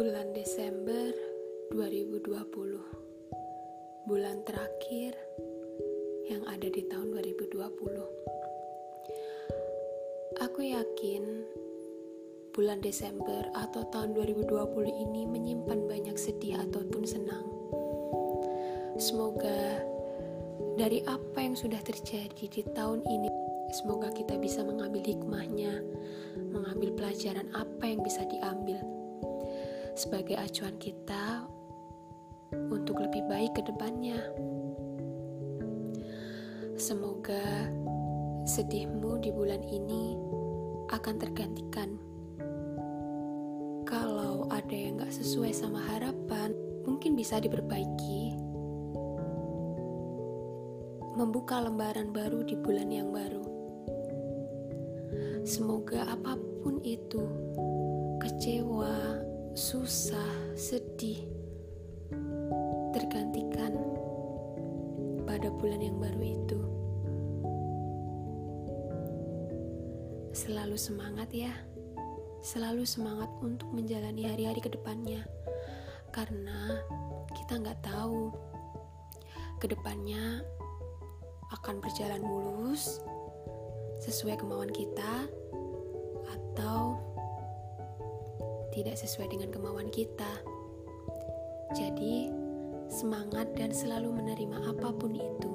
Bulan Desember 2020, bulan terakhir yang ada di tahun 2020. Aku yakin bulan Desember atau tahun 2020 ini menyimpan banyak sedih ataupun senang. Semoga dari apa yang sudah terjadi di tahun ini, semoga kita bisa mengambil hikmahnya, mengambil pelajaran apa yang bisa diambil sebagai acuan kita untuk lebih baik ke depannya. Semoga sedihmu di bulan ini akan tergantikan. Kalau ada yang gak sesuai sama harapan, mungkin bisa diperbaiki. Membuka lembaran baru di bulan yang baru. Semoga apapun itu, kecewa, susah, sedih, tergantikan pada bulan yang baru itu. Selalu semangat ya, selalu semangat untuk menjalani hari-hari ke depannya, karena kita nggak tahu ke depannya akan berjalan mulus sesuai kemauan kita atau tidak sesuai dengan kemauan kita. Jadi, semangat dan selalu menerima apapun itu.